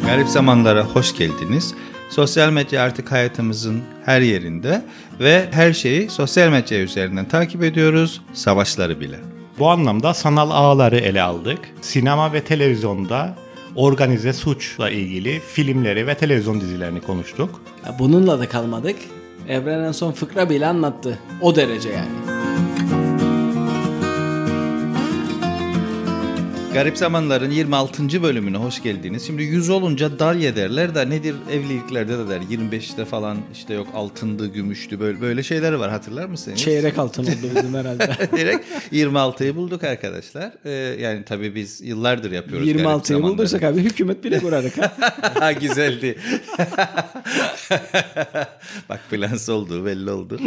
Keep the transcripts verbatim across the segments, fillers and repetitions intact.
Garip zamanlara hoş geldiniz. Sosyal medya artık hayatımızın her yerinde ve her şeyi sosyal medya üzerinden takip ediyoruz, savaşları bile. Bu anlamda sanal ağları ele aldık. Sinema ve televizyonda organize suçla ilgili filmleri ve televizyon dizilerini konuştuk. Ya bununla da kalmadık. Evren en son fıkra bile anlattı. O derece yani. Garip Zamanlar'ın yirmi altıncı bölümüne hoş geldiniz. Şimdi yüz olunca dalya derler de nedir evliliklerde de der. yirmi beşte falan işte yok altındı, gümüştü böyle böyle şeyler var, hatırlar mısınız? Çeyrek altın oldu bizim herhalde. Direkt yirmi altıyı bulduk arkadaşlar. Ee, yani tabii biz yıllardır yapıyoruz. yirmi altıyı bulduysak abi hükümet bile kurardık ha. Ha güzeldi. Bak plans olduğu belli oldu.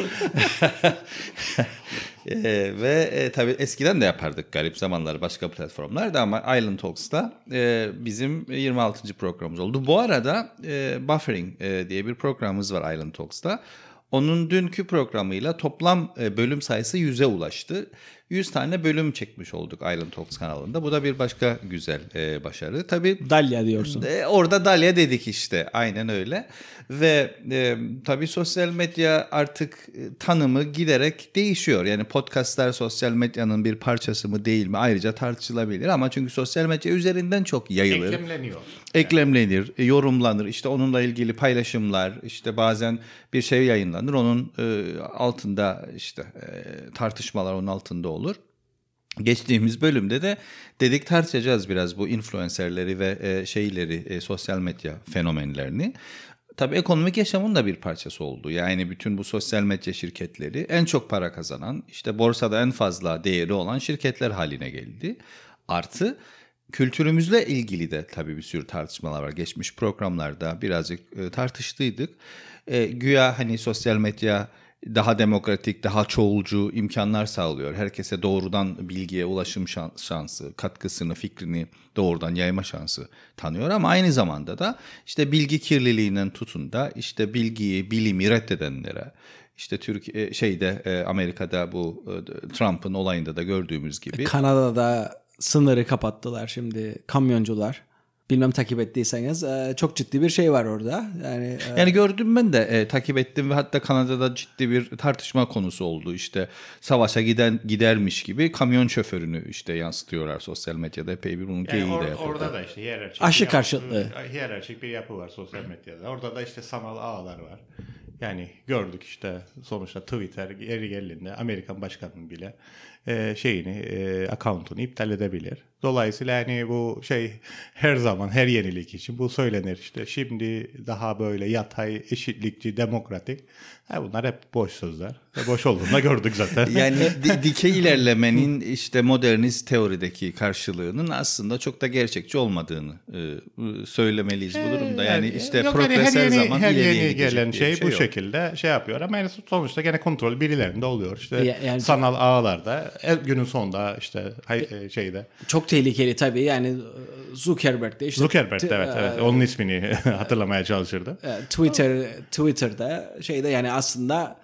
Ee, ve e, tabii eskiden de yapardık Garip Zamanlar başka platformlarda ama Island Talks'ta e, bizim yirmi altıncı programımız oldu. Bu arada e, Buffering e, diye bir programımız var Island Talks'ta. Onun dünkü programıyla toplam e, bölüm sayısı yüze ulaştı. yüz tane bölüm çekmiş olduk Island Talks kanalında. Bu da bir başka güzel e, başarı. Tabii Dalya diyorsun. E, orada Dalya dedik işte. Aynen öyle. Ve e, tabii sosyal medya artık e, tanımı giderek değişiyor. Yani podcastlar sosyal medyanın bir parçası mı değil mi ayrıca tartışılabilir ama çünkü sosyal medya üzerinden çok yayılır. Eklemleniyor. Eklemlenir, e, yorumlanır. İşte onunla ilgili paylaşımlar, işte bazen bir şey yayınlanır. Onun e, altında işte e, tartışmalar onun altında olur. Geçtiğimiz bölümde de dedik tartışacağız biraz bu influencerleri ve e, şeyleri, e, sosyal medya fenomenlerini. Tabii ekonomik yaşamın da bir parçası oldu. Yani bütün bu sosyal medya şirketleri en çok para kazanan, işte borsada en fazla değeri olan şirketler haline geldi. Artı kültürümüzle ilgili de tabii bir sürü tartışmalar var. Geçmiş programlarda birazcık e, tartıştıydık. E, güya hani sosyal medya daha demokratik, daha çoğulcu imkanlar sağlıyor. Herkese doğrudan bilgiye ulaşım şansı, katkısını, fikrini doğrudan yayma şansı tanıyor. Ama aynı zamanda da işte bilgi kirliliğinden tutun da işte bilgiyi, bilimi reddedenlere, işte Türkiye şeyde Amerika'da bu Trump'ın olayında da gördüğümüz gibi. Kanada'da sınırı kapattılar şimdi kamyoncular. Bilmem takip ettiyseniz çok ciddi bir şey var orada. Yani yani gördüm ben de e, takip ettim ve hatta Kanada'da ciddi bir tartışma konusu oldu. İşte savaşa giden gidermiş gibi kamyon şoförünü işte yansıtıyorlar sosyal medyada, epey bir bunun geyiği yani de yapıyorlar. Orada da işte hiyerarşik aşı bir karşıtlığı. Yapı, hiyerarşik bir yapı var sosyal medyada. Orada da işte sanal ağlar var. Yani gördük işte sonuçta Twitter eri geldiğinde Amerikan başkanının bile e, şeyini, e, account'unu iptal edebilir. Dolayısıyla yani bu şey her zaman her yenilik için bu söylenir işte. Şimdi daha böyle yatay, eşitlikçi, demokratik. Ha, bunlar hep boş sözler. Ve boş olduğunu gördük zaten. Yani di- dikey ilerlemenin işte modernist teorideki karşılığının aslında çok da gerçekçi olmadığını e, söylemeliyiz bu durumda. Yani işte Yok, progres her zaman her ileriye yeni gidecek gelen diye şey, bir şey bu yok. şekilde şey yapıyor ama yani sonuçta gene kontrol birilerinde oluyor. İşte Ya- yani- sanal ağlarda günün sonunda işte hay- şeyde çok tehlikeli tabii. Yani Zuckerberg'de işte Zuckerberg t- evet evet e, onun ismini hatırlamaya çalışırdı. Twitter Twitter'da şeyde yani aslında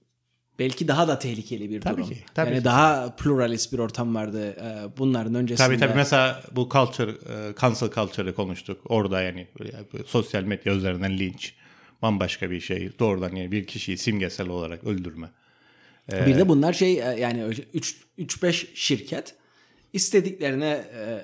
belki daha da tehlikeli bir Tabii durum. ki, tabii yani ki. daha pluralist bir ortam vardı bunların öncesinde. Tabii tabii mesela bu culture, cancel culture'ı konuştuk. Orada yani sosyal medya üzerinden linç bambaşka bir şey. Doğrudan yani bir kişiyi simgesel olarak öldürme. Ee, bir de bunlar şey yani üç beş şirket istediklerine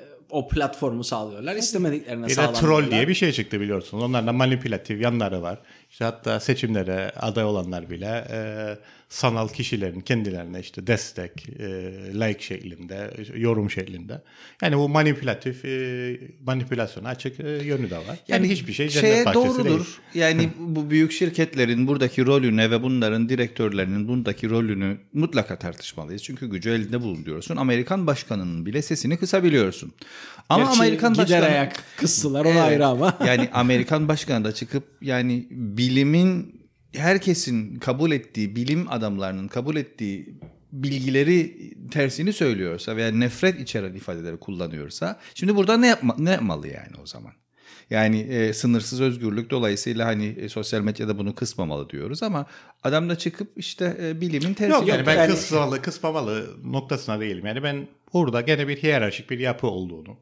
o platformu sağlıyorlar. İstemediklerine bir sağlamıyorlar. de troll diye bir şey çıktı biliyorsunuz. Onların da manipülatif yanları var. İşte hatta seçimlere aday olanlar bile e, sanal kişilerin kendilerine işte destek, e, like şeklinde, yorum şeklinde. Yani bu manipülatif, e, manipülasyona açık e, yönü de var. Yani, yani hiçbir şey cennet bahçesi doğrudur. değil. Yani bu büyük şirketlerin buradaki rolüne ve bunların direktörlerinin bundaki rolünü mutlaka tartışmalıyız. Çünkü gücü elinde bulunduruyorsun. Amerikan başkanının bile sesini kısabiliyorsun. Ama Gerçi Amerikan gider başkanı ayak kıstılar o evet, ayrı ama. yani Amerikan başkanı da çıkıp yani bilimin herkesin kabul ettiği, bilim adamlarının kabul ettiği bilgileri tersini söylüyorsa veya nefret içeren ifadeleri kullanıyorsa şimdi burada ne yapma, ne yapmalı yani o zaman? Yani e, sınırsız özgürlük dolayısıyla hani e, sosyal medyada bunu kısmamalı diyoruz ama adam da çıkıp işte e, bilimin tersini... Yok yani ben yani... kısmamalı, kısmamalı noktasına değilim. Yani ben burada gene bir hiyerarşik bir yapı olduğunu,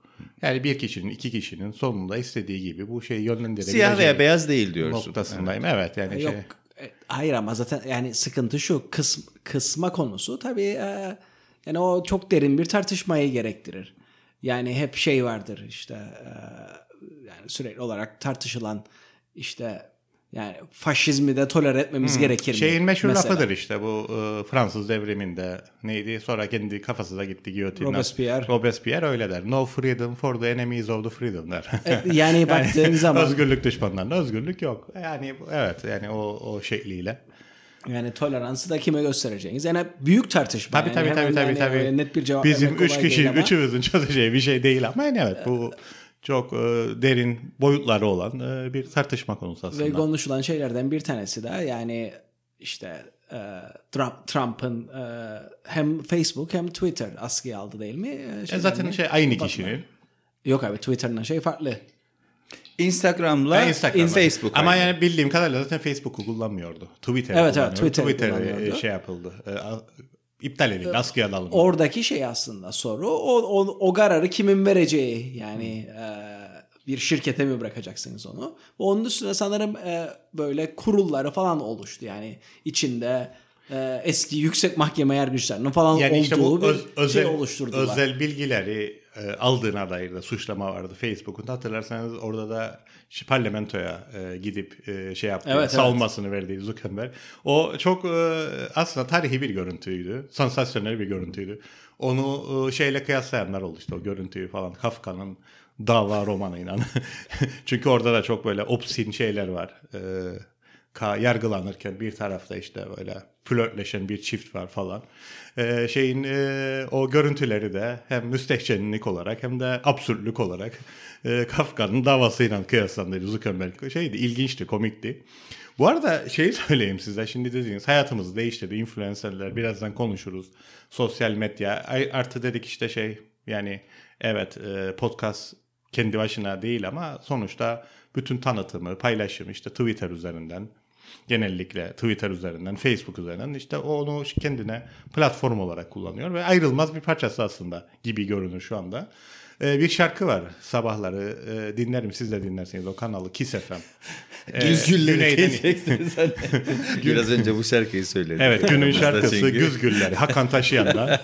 Yani bir kişinin, iki kişinin sonunda istediği gibi bu şeyi yönlendirebileceği Siyah veya beyaz değil diyorsun. noktasındayım. Evet, evet yani Yok. şey. Hayır ama zaten yani sıkıntı şu kısm, kısma konusu tabii e, yani o çok derin bir tartışmayı gerektirir. Yani hep şey vardır işte e, yani sürekli olarak tartışılan işte yani faşizmi de tolere etmemiz hmm. gerekir mi? Şeyin meşhur mesela lafıdır işte bu e, Fransız devriminde neydi? Sonra kendi kafasına gitti giyotin. Robespierre. Robespierre öyle der. No freedom for the enemies of the freedom der. E, yani baktığın zaman. Özgürlük düşmanlarına özgürlük yok. Yani evet yani o, o şekliyle. Yani toleransı da kime göstereceğiniz? Yani büyük tartışma. Tabii yani tabii tabii tabii. Yani tabii. net bir cevap Bizim üç kişi, ama... üçümüzün çözeceği bir şey değil ama yani evet bu çok e, derin boyutları olan e, bir tartışma konusu aslında. Ve konuşulan şeylerden bir tanesi de yani işte e, Trump, Trump'ın e, hem Facebook hem Twitter askıya aldı değil mi? E, zaten şey aynı kişinin. Yok abi Twitter'ın şey farklı. Instagram'la Instagram Facebook. Ama aynı. yani bildiğim kadarıyla zaten Facebook'u kullanmıyordu. Twitter'ı evet, kullanıyordu. Evet, Twitter Twitter kullanıyordu. şey yapıldı. E, iptal edildi. Askıya alındı. Oradaki şey aslında soru o, o, o kararı kimin vereceği yani hmm. e, bir şirkete mi bırakacaksınız onu? Onun üstüne sanırım e, böyle kurulları falan oluştu yani içinde e, eski yüksek mahkeme yargıçlarının falan yani olduğu işte bu bir öz, özel, şey oluşturdular. Özel bilgileri e, aldığına dair de suçlama vardı Facebook'un. Hatırlarsanız orada da işte parlamentoya e, gidip e, şey yaptı, evet, savunmasını evet. verdiği Zuckerberg. O çok e, aslında tarihi bir görüntüydü. Sansasyonel bir görüntüydü. Onu e, şeyle kıyaslayanlar oldu işte o görüntüyü falan. Kafka'nın dava romanıyla. Çünkü orada da çok böyle obscene şeyler var. Ee, yargılanırken bir tarafta işte böyle flörtleşen bir çift var falan. Ee, şeyin e, o görüntüleri de hem müstehcenlik olarak hem de absürtlük olarak e, Kafka'nın davasıyla kıyaslandı. Zuckerberg şeydi, ilginçti, komikti. Bu arada şeyi söyleyeyim size. Şimdi dediğiniz hayatımızı değiştirdi. Influencerler birazdan konuşuruz. Sosyal medya artı dedik işte şey yani evet podcast kendi başına değil ama sonuçta bütün tanıtımı, paylaşımı işte Twitter üzerinden, genellikle Twitter üzerinden, Facebook üzerinden işte onu kendine platform olarak kullanıyor ve ayrılmaz bir parçası aslında gibi görünür şu anda. Ee, bir şarkı var sabahları e, dinlerim siz de dinlersiniz o kanalı Kiss F M. Ee, Güzgülleri diyeceksiniz hani. Biraz önce bu şarkıyı söyledim. Evet günün şarkısı Güzgülleri Hakan Taşıyan'da.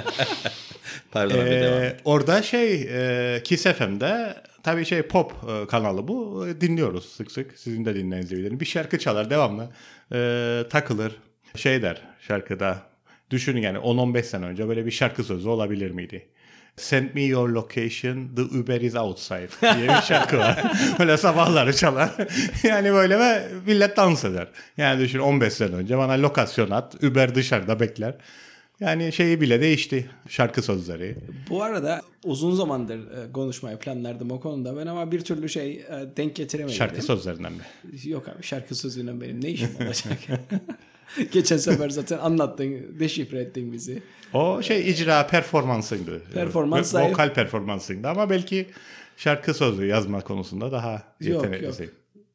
Pardon abi, devam. Ee, orada şey e, Kiss F M'de tabii şey pop e, kanalı bu dinliyoruz sık sık sizin de dinlediğinizi bilirim. Bir şarkı çalar devamlı e, takılır şey der şarkıda düşünün yani on on beş sene önce böyle bir şarkı sözü olabilir miydi? Send me your location, the Uber is outside diye bir şarkı var. Böyle sabahları çalar. Yani böyle ve millet dans eder. Yani düşün on beş sene önce bana lokasyon at, Uber dışarıda bekler. Yani şeyi bile değişti şarkı sözleri. Bu arada uzun zamandır e, konuşmayı planlardım o konuda ben ama bir türlü şey e, denk getiremedim. Şarkı sözlerinden mi? Yok abi şarkı sözünden benim ne işim olacak? Geçen sefer zaten anlattın, deşifre ettin bizi. O şey icra performansıydı. Performans Vokal zayıf. Performansıydı ama belki şarkı sözü yazma konusunda daha yeteneklisin.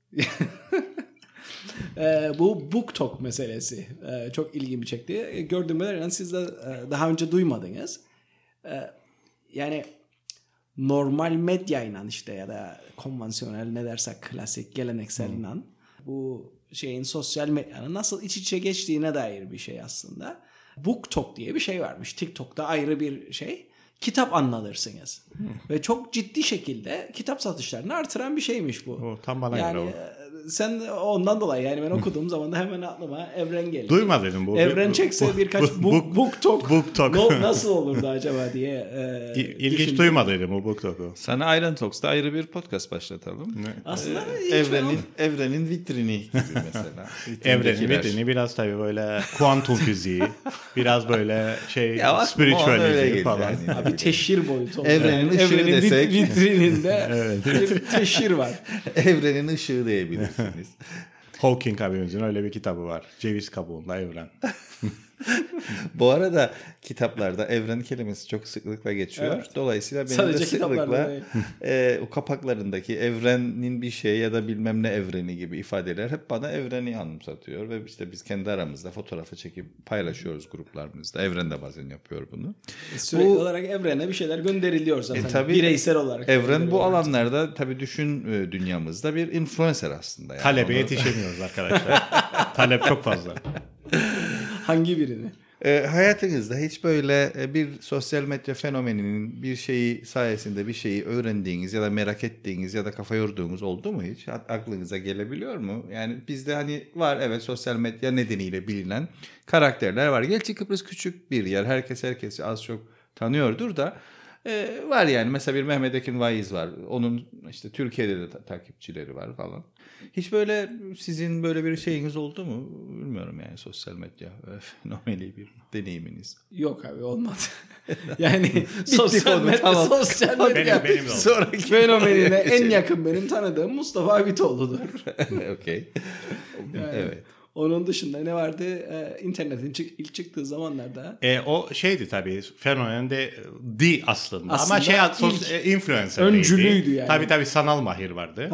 Ee, bu BookTok meselesi ee, çok ilgimi çekti. Ee, gördüğüm kadarıyla siz de e, daha önce duymadınız. Ee, yani normal medyayla işte ya da konvansiyonel ne dersek klasik geleneksel hmm. inan bu şeyin sosyal medyanın nasıl iç içe geçtiğine dair bir şey aslında. BookTok diye bir şey varmış. TikTok'ta ayrı bir şey. Kitap anlatırsınız. Hmm. Ve çok ciddi şekilde kitap satışlarını artıran bir şeymiş bu. O, tam bana yani, göre o. Sen ondan dolayı yani ben okuduğum zaman da hemen aklıma Evren geldi. Duymadın bu. Evren çekse birkaç book, BookTok book no, nasıl olurdu acaba diye. E, İlginç düşündüm. Duymadıydım bu BookTok'u. Sana Iron Talks'ta ayrı bir podcast başlatalım. Ne? Aslında ee, evrenin, evrenin vitrini gibi mesela. Evrenin vitrini biraz tabii böyle kuantum fiziği, biraz böyle şey ya spiritualizm falan. Yani. Abi teşhir boyutu. Evrenin ışığı Evrenin desek. vitrininde evet. bir teşhir var. Evrenin ışığı diyebilirsiniz. Hawking abimizin öyle bir kitabı var. Ceviz kabuğunda evren. Bu arada kitaplarda evren kelimesi çok sıklıkla geçiyor. Evet. Dolayısıyla benim Sadece de sıklıkla e, o kapaklarındaki evrenin bir şey ya da bilmem ne evreni gibi ifadeler hep bana evreni anımsatıyor. Ve işte biz kendi aramızda fotoğrafı çekip paylaşıyoruz gruplarımızda. Evren de bazen yapıyor bunu. Sürekli bu, olarak evrene bir şeyler gönderiliyor zaten. E, tabii, bireysel olarak. Evren bu alanlarda tabii düşün dünyamızda bir influencer aslında. Yani talebe onu... yetişemiyoruz arkadaşlar. Talep çok fazla. Hangi birini? E, hayatınızda hiç böyle bir sosyal medya fenomeninin bir şeyi sayesinde bir şeyi öğrendiğiniz ya da merak ettiğiniz ya da kafa yorduğunuz oldu mu hiç? Aklınıza gelebiliyor mu? Yani bizde hani var evet sosyal medya nedeniyle bilinen karakterler var. Gerçi Kıbrıs küçük bir yer. Herkes herkesi az çok tanıyordur da e, var yani. Mesela bir Mehmet Ekin Vaiz var. Onun işte Türkiye'de de ta- takipçileri var falan. Hiç böyle sizin böyle bir şeyiniz oldu mu? Bilmiyorum yani sosyal medya fenomeni bir deneyiminiz. Yok abi olmadı. Yani sosyal medya, tamam. sosyal medya benim, benim sonraki fenomenine en yakın benim tanıdığım Mustafa Abitoğlu'dur. Okey. Yani, evet. Onun dışında ne vardı? Ee, internetin çık, ilk çıktığı zamanlarda. E, o şeydi tabii. Fenomen de di aslında. aslında Ama şey sos, influencer öncülüydü yani. Tabii tabii sanal mahir vardı.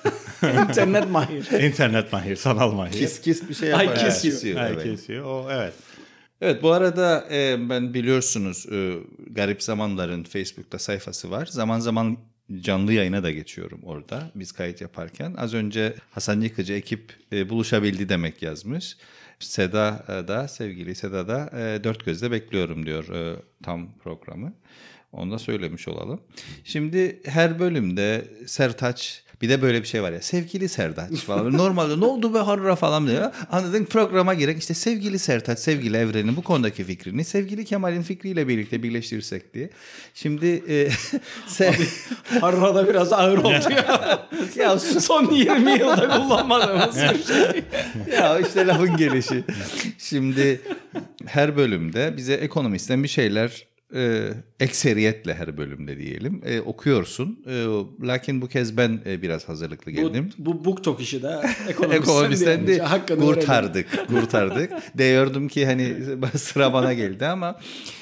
İnternet mahir. İnternet mahir, sanal mahir. Kis kis bir şey yapar. Ay kesiyor. kesiyor. Ay, evet. kesiyor. O evet. Evet bu arada e, ben biliyorsunuz e, Garip Zamanlar'ın Facebook'ta sayfası var. Zaman zaman canlı yayına da geçiyorum orada biz kayıt yaparken. Az önce Hasan Yıkıcı ekip e, buluşabildi demek yazmış. Seda da sevgili Seda da e, dört gözle bekliyorum diyor e, tam programı. Onu da söylemiş olalım. Şimdi her bölümde Sertaç bir de böyle bir şey var ya sevgili Sertaç falan. Normalde ne oldu be harra falan diyor. Anladın programa girek işte sevgili Sertaç, sevgili Evren'in bu konudaki fikrini sevgili Kemal'in fikriyle birlikte birleştirirsek diye. Şimdi e, se- harra da biraz ağır oldu ya. Ya son yirmi yılda kullanmadığımız bir şey. Ya işte lafın gelişi. Şimdi her bölümde bize ekonomistten bir şeyler e, ekseriyetle her bölümde diyelim e, okuyorsun. E, lakin bu kez ben e, biraz hazırlıklı geldim. Bu, bu BookTok işi de ekonomistten, ekonomistten de kurtardık. kurtardık. Diyordum ki hani sıra bana geldi ama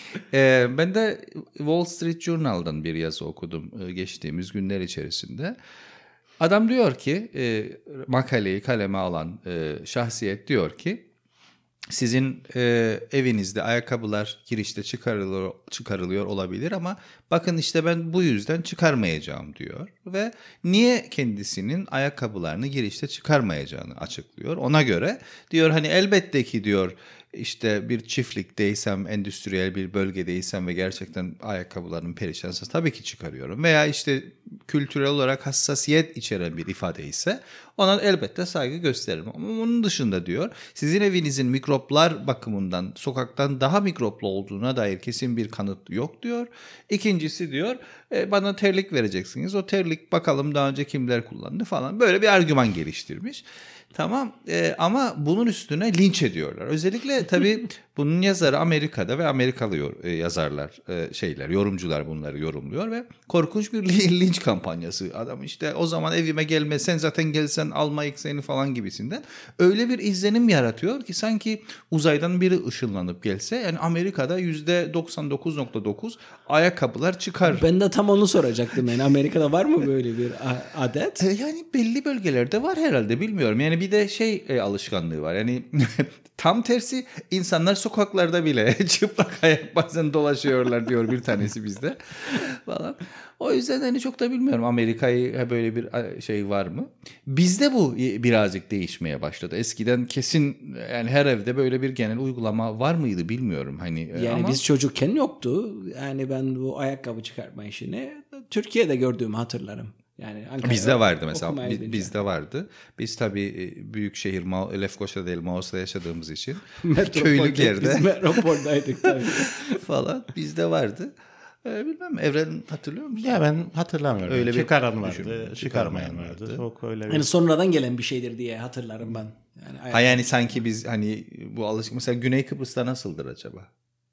e, ben de Wall Street Journal'dan bir yazı okudum e, geçtiğimiz günler içerisinde. Adam diyor ki e, makaleyi kaleme alan e, şahsiyet diyor ki sizin e, evinizde ayakkabılar girişte çıkarılıyor, çıkarılıyor olabilir ama bakın işte ben bu yüzden çıkarmayacağım diyor. Ve niye kendisinin ayakkabılarını girişte çıkarmayacağını açıklıyor. Ona göre diyor hani elbette ki diyor işte bir çiftlikteysem, endüstriyel bir bölgedeysem ve gerçekten ayakkabılarım perişansa tabii ki çıkarıyorum. Veya işte kültürel olarak hassasiyet içeren bir ifade ise ona elbette saygı gösteririm. Ama onun dışında diyor sizin evinizin mikroplar bakımından sokaktan daha mikroplu olduğuna dair kesin bir kanıt yok diyor. İkincisi diyor e, bana terlik vereceksiniz. O terlik bakalım daha önce kimler kullandı falan böyle bir argüman geliştirmiş. Tamam e, ama bunun üstüne linç ediyorlar. Özellikle tabii bunun yazarı Amerika'da ve Amerikalı yor, e, yazarlar e, şeyler yorumcular bunları yorumluyor ve korkunç bir linç kampanyası. Adam işte o zaman evime gelme sen zaten gelsen almayık seni falan gibisinden. Öyle bir izlenim yaratıyor ki sanki uzaydan biri ışınlanıp gelse yani Amerika'da yüzde doksan dokuz nokta dokuz ayakkabılar çıkar. Ben de tam onu soracaktım yani Amerika'da var mı böyle bir adet? E, yani belli bölgelerde var herhalde bilmiyorum. Yani bir de şey e, alışkanlığı var. Yani tam tersi insanlar sokaklarda bile çıplak ayak bazen dolaşıyorlar diyor bir tanesi bizde falan. O yüzden hani çok da bilmiyorum Amerika'yı böyle bir şey var mı? Bizde bu birazcık değişmeye başladı. Eskiden kesin yani her evde böyle bir genel uygulama var mıydı bilmiyorum hani. Yani ama... biz çocukken yoktu. Yani ben bu ayakkabı çıkartma işini Türkiye'de gördüğümü hatırlarım. Yani Ankara'da bizde vardı mesela Biz, bizde vardı. Biz tabii büyük şehir Lefkoşa'da değil Maus'ta yaşadığımız için köylük yerde. Biz metropoldaydık tabii. falan bizde vardı. Ee, bilmem Evren hatırlıyor musun? Ya ben hatırlamıyorum. Öyle çıkaran vardı, çıkarmayan, çıkarmayan vardı. vardı. Çok öyle bir... Yani sonradan gelen bir şeydir diye hatırlarım ben. Yani ha yani sanki biz hani bu alışık mesela Güney Kıbrıs'ta nasıldır acaba?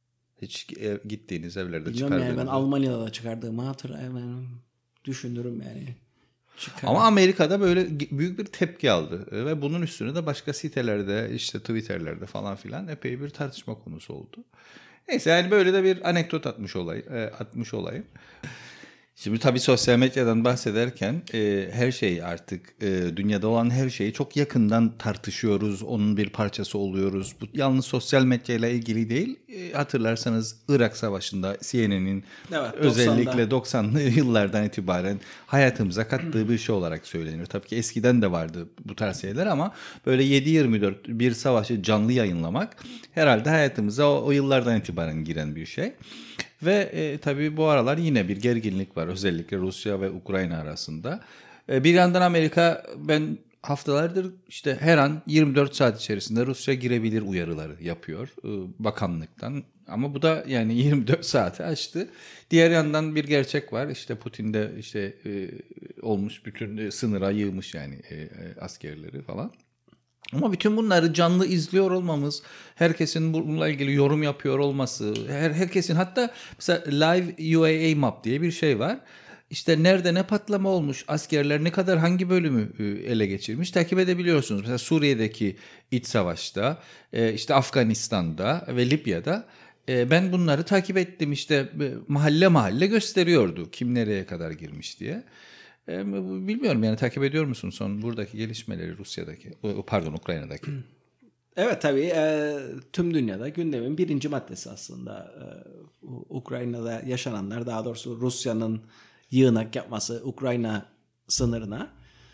Hiç ev, gittiğiniz evlerde çıkardığınız. Yani ben Almanya'da da çıkardığımı hatırlıyorum. Düşünürüm yani. Çıkar. Ama Amerika'da böyle büyük bir tepki aldı ve bunun üstüne de başka sitelerde işte Twitter'lerde falan filan epey bir tartışma konusu oldu. Neyse yani böyle de bir anekdot atmış olayım. atmış olayım. Şimdi tabii sosyal medyadan bahsederken e, her şey artık e, dünyada olan her şeyi çok yakından tartışıyoruz. Onun bir parçası oluyoruz. Bu yalnız sosyal medyayla ilgili değil. E, hatırlarsanız Irak Savaşı'nda C N N'in evet, özellikle doksanlı yıllardan itibaren hayatımıza kattığı bir şey olarak söylenir. Tabii ki eskiden de vardı bu tarz şeyler ama böyle yedi yirmi dört bir savaşı canlı yayınlamak herhalde hayatımıza o, o yıllardan itibaren giren bir şey. Ve e, tabii bu aralar yine bir gerginlik var özellikle Rusya ve Ukrayna arasında. E, bir yandan Amerika ben haftalardır işte her an yirmi dört saat içerisinde Rusya girebilir uyarıları yapıyor e, bakanlıktan. Ama bu da yani yirmi dört saati aştı. Diğer yandan bir gerçek var işte Putin'de işte e, olmuş bütün e, sınıra yığmış yani e, e, askerleri falan. Ama bütün bunları canlı izliyor olmamız, herkesin bununla ilgili yorum yapıyor olması, her herkesin hatta mesela Live U A A Map diye bir şey var. İşte nerede ne patlama olmuş, askerler ne kadar hangi bölümü ele geçirmiş takip edebiliyorsunuz. Mesela Suriye'deki iç savaşta, işte Afganistan'da ve Libya'da ben bunları takip ettim. İşte mahalle mahalle gösteriyordu kim nereye kadar girmiş diye. Bilmiyorum yani takip ediyor musun son buradaki gelişmeleri Rusya'daki, pardon Ukrayna'daki? Evet tabii e, tüm dünyada gündemin birinci maddesi aslında. E, Ukrayna'da yaşananlar, daha doğrusu Rusya'nın yığınak yapması Ukrayna sınırına.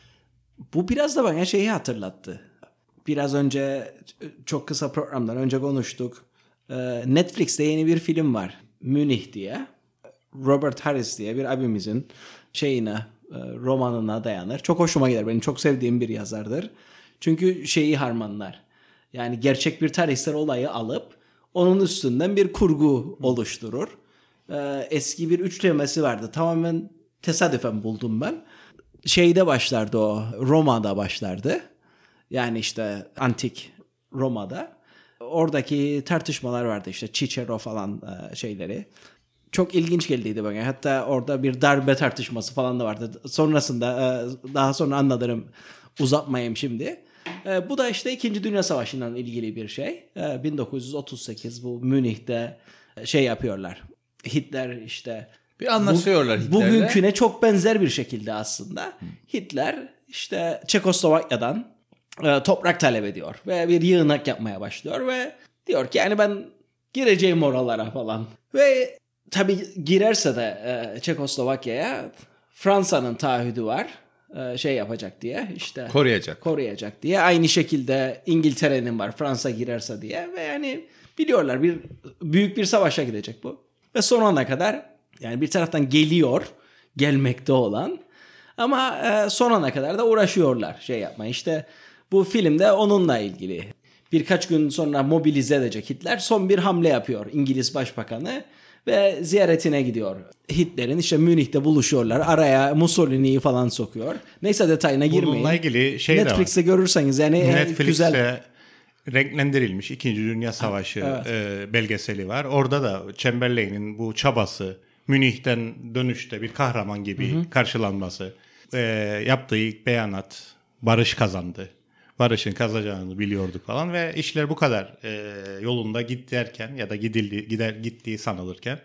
Bu biraz da bana şeyi hatırlattı. Biraz önce çok kısa programdan önce konuştuk. E, Netflix'te yeni bir film var. Münih diye. Robert Harris diye bir abimizin şeyine romanına dayanır. Çok hoşuma gider. Benim çok sevdiğim bir yazardır. Çünkü şeyi harmanlar. Yani gerçek bir tarihsel olayı alıp onun üstünden bir kurgu oluşturur. Ee, eski bir üçlemesi vardı. Tamamen tesadüfen buldum ben. Şeyde başlardı o. Roma'da başlardı. Yani işte antik Roma'da. Oradaki tartışmalar vardı işte Cicero falan şeyleri. Çok ilginç geldiydi bana. Hatta orada bir darbe tartışması falan da vardı. Sonrasında daha sonra anlatırım. Uzatmayayım şimdi. Bu da işte İkinci Dünya Savaşı'ndan ilgili bir şey. bin dokuz yüz otuz sekiz bu Münih'te şey yapıyorlar. Hitler işte bir anlaşıyorlar Hitler'le. Bugünküne çok benzer bir şekilde aslında. Hitler işte Çekoslovakya'dan toprak talep ediyor ve bir yığınak yapmaya başlıyor ve diyor ki yani ben gireceğim oralara falan. Ve tabii girerse de e, Çekoslovakya'ya Fransa'nın taahhüdü var. E, şey yapacak diye işte. Koruyacak. Koruyacak diye. Aynı şekilde İngiltere'nin var Fransa girerse diye. Ve yani biliyorlar bir büyük bir savaşa gidecek bu. Ve son ana kadar yani bir taraftan geliyor. Gelmekte olan. Ama e, son ana kadar da uğraşıyorlar şey yapmaya. İşte bu filmde onunla ilgili. Birkaç gün sonra mobilize edecek Hitler son bir hamle yapıyor İngiliz Başbakanı. Ve ziyaretine gidiyor. Hitler'in işte Münih'te buluşuyorlar. Araya Mussolini'yi falan sokuyor. Neyse detayına girmeyin. Bununla ilgili şey Netflix'te de var. Görürseniz yani Netflix'te güzel. renklendirilmiş İkinci Dünya Savaşı evet. e, belgeseli var. Orada da Chamberlain'in bu çabası, Münih'ten dönüşte bir kahraman gibi hı hı. karşılanması, e, yaptığı ilk beyanat, barış kazandı. Barış'ın kazanacağını biliyorduk falan ve işler bu kadar e, yolunda giderken ya da gidildi gider gittiği sanılırken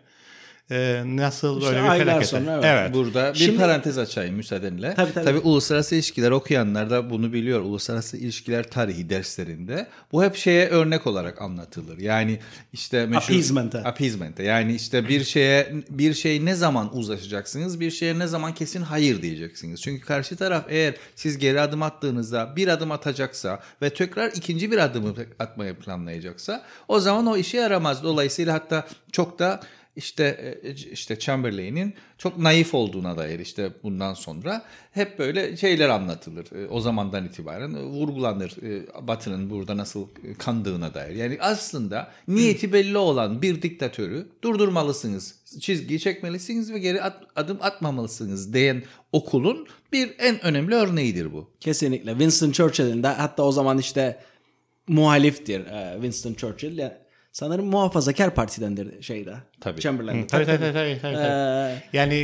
e, nasıl işte böyle bir felaket. Sonra, evet. evet. Burada bir Şimdi, parantez açayım müsaadenle. Tabii, tabii. tabii uluslararası ilişkiler okuyanlar da bunu biliyor. Uluslararası ilişkiler tarihi derslerinde bu hep şeye örnek olarak anlatılır. Yani işte meşhur appeasement'e. appeasement'e. Yani işte bir şeye bir şey ne zaman uzlaşacaksınız? Bir şeye ne zaman kesin hayır diyeceksiniz. Çünkü karşı taraf eğer siz geri adım attığınızda bir adım atacaksa ve tekrar ikinci bir adımı atmayı planlayacaksa o zaman o işe yaramaz. Dolayısıyla hatta çok da İşte işte Chamberlain'in çok naif olduğuna dair işte bundan sonra hep böyle şeyler anlatılır. O zamandan itibaren vurgulanır Batı'nın burada nasıl kandığına dair. Yani aslında niyeti belli olan bir diktatörü durdurmalısınız. Çizgiyi çekmelisiniz ve geri at, adım atmamalısınız diyen okulun bir en önemli örneğidir bu. Kesinlikle. Winston Churchill'in de hatta o zaman işte muhaliftir Winston Churchill. Yani sanırım muhafazakar partidendir şeyde. Tabii. Chamberlain. Hı, tabii, tabii tabii tabii. tabii. Ee, yani ve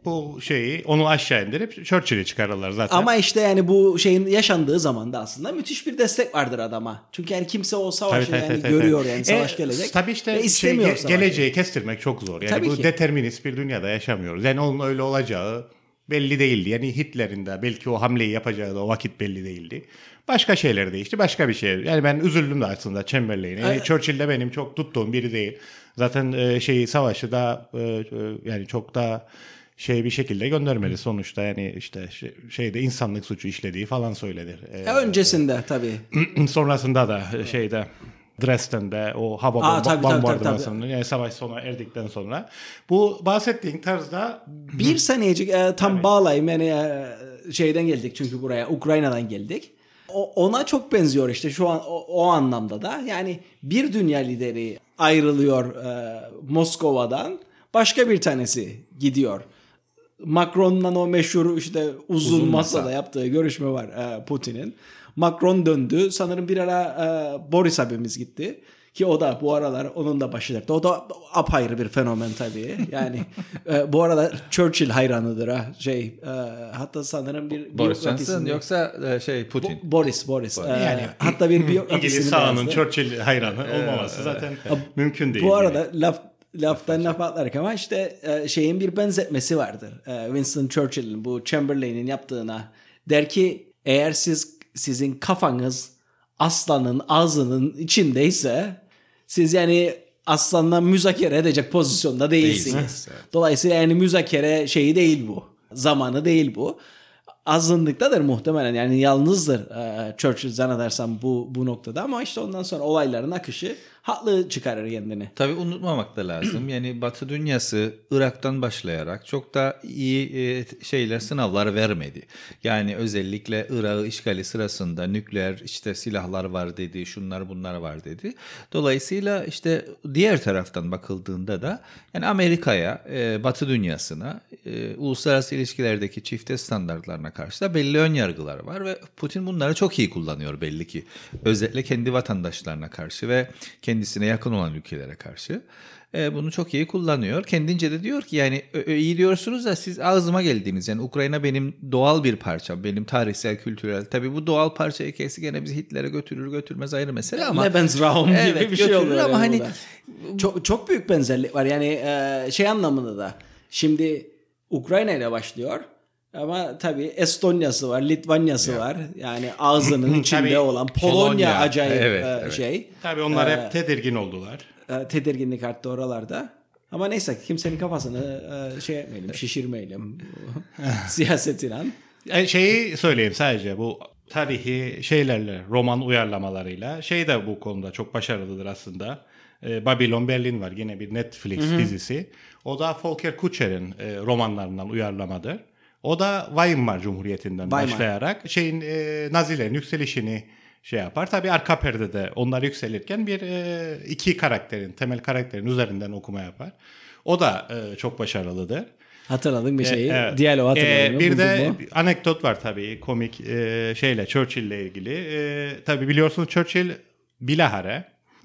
bu şeyi onu aşağı indirip Churchill'i çıkarırlar zaten. Ama işte yani bu şeyin yaşandığı zaman da aslında müthiş bir destek vardır adama. Çünkü yani kimse o savaşı Tabii, tabii, yani tabii, görüyor tabii. yani savaş E, gelecek. Tabii işte ve şey, istemiyor ge- savaşı. geleceği kestirmek çok zor. Yani Tabii bu ki. determinist bir dünyada yaşamıyoruz. Yani onun öyle olacağı belli değildi. Yani Hitler'in de belki o hamleyi yapacağı da o vakit belli değildi. Başka şeyler değişti. Başka bir şey. Yani ben üzüldüm de aslında Chamberlain'e. Yani Evet. Churchill de benim çok tuttuğum biri değil. Zaten e, şeyi savaşı da e, e, yani çok da şey bir şekilde göndermedi sonuçta. Yani işte şey, şeyde insanlık suçu işlediği falan söyledi. E, Ya öncesinde tabii. sonrasında da şeyde Dresden'de o hava Aa, bomba- tabii, tabii, bombardımasının yani savaş sona erdikten sonra bu bahsettiğin tarzda Bir saniyecik e, tam bağlayayım yani e, şeyden geldik çünkü buraya Ukrayna'dan geldik. O, ona çok benziyor işte şu an o, o anlamda da yani bir dünya lideri ayrılıyor e, Moskova'dan başka bir tanesi gidiyor. Macron'la o meşhur işte uzun, Uzun masada masa. yaptığı görüşme var e, Putin'in. Macron döndü. Sanırım bir ara e, Boris abimiz gitti. Ki o da bu aralar onun da başı dertte. O da apayrı bir fenomen tabii. Yani e, bu arada Churchill hayranıdır ha. Şey e, hatta sanırım bir Boris Johnson biyografisini- yoksa e, şey Putin. Bo- Boris Boris. E, Yani hatta bir biyografisini İngiliz de sahanın yazdı. Churchill hayranı olmaması zaten mümkün değil. Bu arada laf laftan laf atlarken ama işte e, şeyin bir benzetmesi vardır. E, Winston Churchill'in bu Chamberlain'in yaptığına der ki eğer siz sizin kafanız aslanın ağzının içindeyse siz yani aslanla müzakere edecek pozisyonda değilsiniz. Değilsiniz, evet. Dolayısıyla yani müzakere şeyi değil bu. Zamanı değil bu. Azınlıktadır muhtemelen yani yalnızdır e, Churchill zannedersem bu bu noktada ama işte ondan sonra olayların akışı haklı çıkarır kendini. Tabii unutmamak da lazım. Yani Batı dünyası Irak'tan başlayarak çok da iyi e, şeyler, sınavlar vermedi. Yani özellikle Irak'ı işgali sırasında nükleer işte silahlar var dedi, şunlar bunlar var dedi. Dolayısıyla işte diğer taraftan bakıldığında da yani Amerika'ya, e, Batı dünyasına, e, uluslararası ilişkilerdeki çifte standartlarına karşı da belli ön yargılar var ve Putin bunları çok iyi kullanıyor belli ki. Özellikle kendi vatandaşlarına karşı ve kendisine yakın olan ülkelere karşı e, bunu çok iyi kullanıyor. Kendince de diyor ki yani ö- ö- iyi diyorsunuz da siz ağzıma geldiniz. Yani Ukrayna benim doğal bir parçam, benim tarihsel, kültürel. Tabii bu doğal parça hikayesi gene bizi Hitler'e götürür götürmez ayrı mesele ama. Lebensraum gibi Evet, bir şey götürür oluyor. ama yani hani burada. çok çok büyük benzerlik var. Yani e, şey anlamında da. Şimdi Ukrayna ile başlıyor. Ama tabii Estonya'sı var, Litvanya'sı Ya. var. Yani ağzının içinde Tabii olan Polonya, Polonya. acayip Evet, e, evet. şey. Tabii onlar Ee, hep tedirgin oldular. E, tedirginlik arttı oralarda. Ama neyse kimsenin kafasını e, şey etmeyelim, şişirmeyelim siyasetiyle. Yani şeyi söyleyeyim sadece bu tarihi şeylerle, roman uyarlamalarıyla şey de bu konuda çok başarılıdır aslında. Ee, Babylon Berlin var yine bir Netflix dizisi. O da Volker Kucher'in e, romanlarından uyarlamadır. O da Weimar Cumhuriyeti'nden Weimar. başlayarak şeyin e, Nazilerin yükselişini şey yapar. Tabii arka perdede onlar yükselirken bir e, iki karakterin, temel karakterin üzerinden okuma yapar. O da e, çok başarılıdır. Hatırladın bir şeyi. E, evet. Diyalog hatırladın E, mı? bir Buldun de mu? bir anekdot var tabii komik e, şeyle Churchill'le ilgili. E, tabii biliyorsunuz Churchill bilahare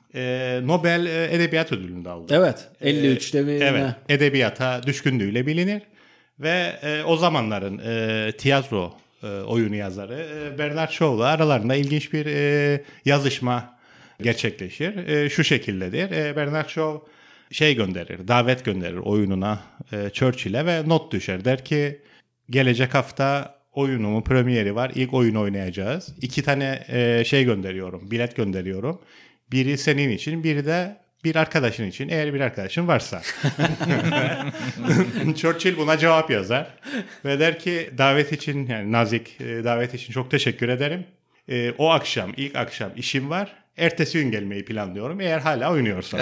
e, Nobel e, Edebiyat Ödülünü de aldı. Evet. elli üçte mi? Evet. Ne? Edebiyata düşkünlüğüyle bilinir. Ve e, o zamanların e, tiyatro e, oyunu yazarı e, Bernard Shaw'la aralarında ilginç bir e, yazışma gerçekleşir. E, şu şekildedir. E, Bernard Shaw şey gönderir, davet gönderir oyununa e, Churchill'e ve not düşer. Der ki gelecek hafta oyunumun premieri var. İlk oyun oynayacağız. İki tane e, şey gönderiyorum, bilet gönderiyorum. Biri senin için, biri de bir arkadaşın için. Eğer bir arkadaşın varsa. Churchill buna cevap yazar. Ve der ki davet için yani nazik e, davet için çok teşekkür ederim. E, o akşam, ilk akşam işim var. Ertesi gün gelmeyi planlıyorum. Eğer hala oynuyorsan.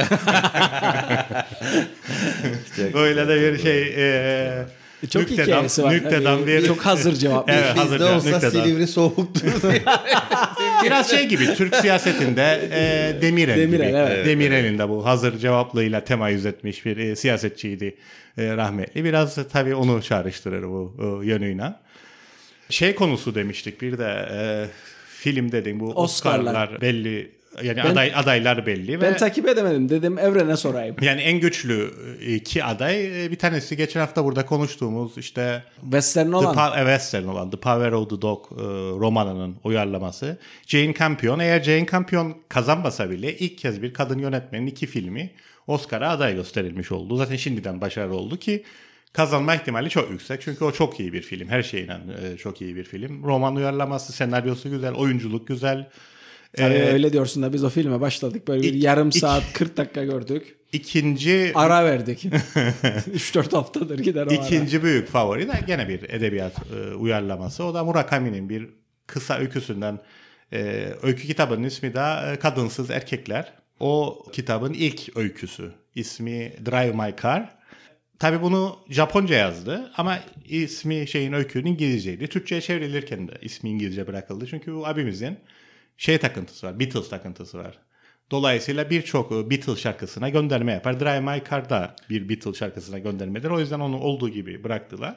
Böyle de bir şey... E, Çok nüktedan, hikayesi var. nüktedan Tabii. bir... Çok hazır cevap. Evet, hazır Bizde cevap, olsa nüktedan. Silivri soğuktur. Biraz şey gibi Türk siyasetinde e, Demirel, Demirel, gibi. evet. Demirel'in de bu hazır cevaplığıyla temayüz etmiş bir e, siyasetçiydi e, rahmetli. Biraz da tabii onu çağrıştırır bu e, yönüyle. Şey konusu demiştik bir de e, film dedim bu Oscar'lar. Oscar'lar belli yani Ben- aday adaylar belli Ben ve takip edemedim. Dedim Evren'e sorayım. yani en güçlü iki aday, bir tanesi geçen hafta burada konuştuğumuz işte Western The olan. Pa- Western olan The Power of the Dog e, romanının uyarlaması. Jane Campion, eğer Jane Campion kazanmasa bile ilk kez bir kadın yönetmenin iki filmi Oscar'a aday gösterilmiş oldu. Zaten şimdiden başarılı oldu ki kazanma ihtimali çok yüksek. Çünkü o çok iyi bir film. Her şeyle e, çok iyi bir film. Roman uyarlaması, senaryosu güzel, oyunculuk güzel. Tabii Ee, öyle diyorsun da biz o filme başladık. Böyle bir İk- yarım ik- saat kırk dakika gördük. İkinci Ara verdik. üç dört haftadır gider o ara. İkinci büyük favori de gene bir edebiyat e, uyarlaması. O da Murakami'nin bir kısa öyküsünden. E, öykü kitabının ismi de e, Kadınsız Erkekler. O kitabın ilk öyküsü. İsmi Drive My Car. Tabii bunu Japonca yazdı ama ismi şeyin öykünün İngilizceydi. Türkçe'ye çevrilirken de ismi İngilizce bırakıldı. Çünkü bu abimizin şey takıntısı var, Beatles takıntısı var. Dolayısıyla birçok Beatles şarkısına gönderme yapar. Drive My Car'da bir Beatles şarkısına göndermedir. O yüzden onu olduğu gibi bıraktılar.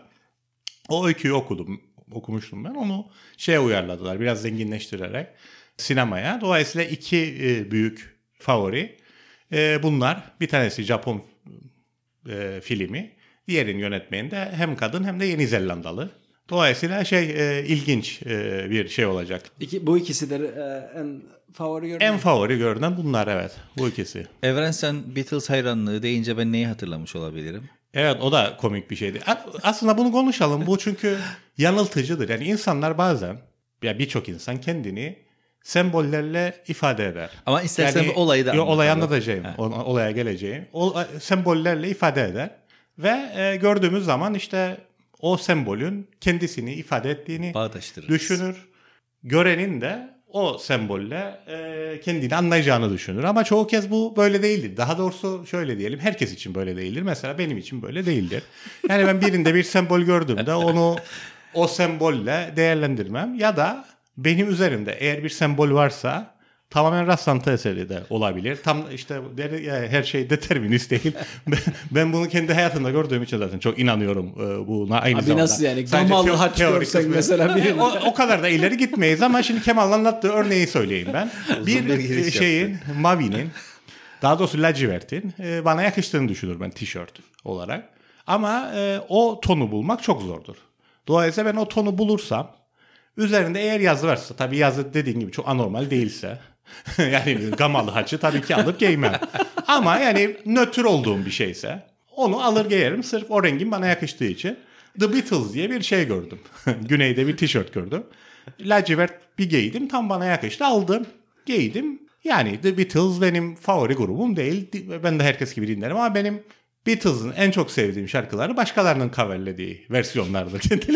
O öyküyü okudum, okumuştum ben. Onu şeye uyarladılar, biraz zenginleştirerek sinemaya. Dolayısıyla iki e, büyük favori e, bunlar. Bir tanesi Japon e, filmi. Diğerinin yönetmeni de hem kadın hem de Yeni Zelandalı. Dolayısıyla şey e, ilginç e, bir şey olacak. İki, bu ikisidir e, en favori gördüğüm. En favori görünen bunlar, evet. Bu ikisi. Evren, sen Beatles hayranlığı deyince ben neyi hatırlamış olabilirim? Evet, o da komik bir şeydi. A- Aslında bunu konuşalım. Bu çünkü yanıltıcıdır. Yani insanlar bazen, ya birçok insan kendini sembollerle ifade eder. Ama istersen Yani- olayı da Yo, olayı anlatalım. anlatacağım. O- Olaya geleceğim. O, sembollerle ifade eder. Ve e, gördüğümüz zaman işte o sembolün kendisini ifade ettiğini Bağdaştırırız. düşünür. Görenin de o sembolle e, kendini anlayacağını düşünür. Ama çoğu kez bu böyle değildir. Daha doğrusu şöyle diyelim, herkes için böyle değildir. Mesela benim için böyle değildir. Yani ben birinde bir sembol gördüğümde onu o sembolle değerlendirmem. Ya da benim üzerimde eğer bir sembol varsa tamamen rastlantı eseri de olabilir. Tam işte der, ya her şey determinist değil. ben, ben bunu kendi hayatımda gördüğüm için zaten çok inanıyorum e, buna aynı Abi zamanda. nasıl yani? Sadece Gamal teo- haç teorik görsen kısmı- mesela bir- o, o kadar da ileri gitmeyiz ama şimdi Kemal'ın anlattığı örneği söyleyeyim ben. bir bir giriş şeyin, Mavi'nin, daha doğrusu lacivertin e, bana yakıştığını düşünür ben tişört olarak. Ama e, o tonu bulmak çok zordur. Dolayısıyla ben o tonu bulursam, üzerinde eğer yazı varsa, tabii yazı dediğin gibi çok anormal değilse, yani gamalı haçı tabii ki alıp giymem. Ama yani nötr olduğum bir şeyse onu alır giyerim sırf o rengin bana yakıştığı için. The Beatles diye bir şey gördüm. Güneyde bir tişört gördüm. Lacivert bir giydim, tam bana yakıştı, aldım, giydim. Yani The Beatles benim favori grubum değil. Ben de herkes gibi dinlerim ama benim Beatles'ın en çok sevdiğim şarkıları başkalarının coverlediği versiyonlardır kendileri.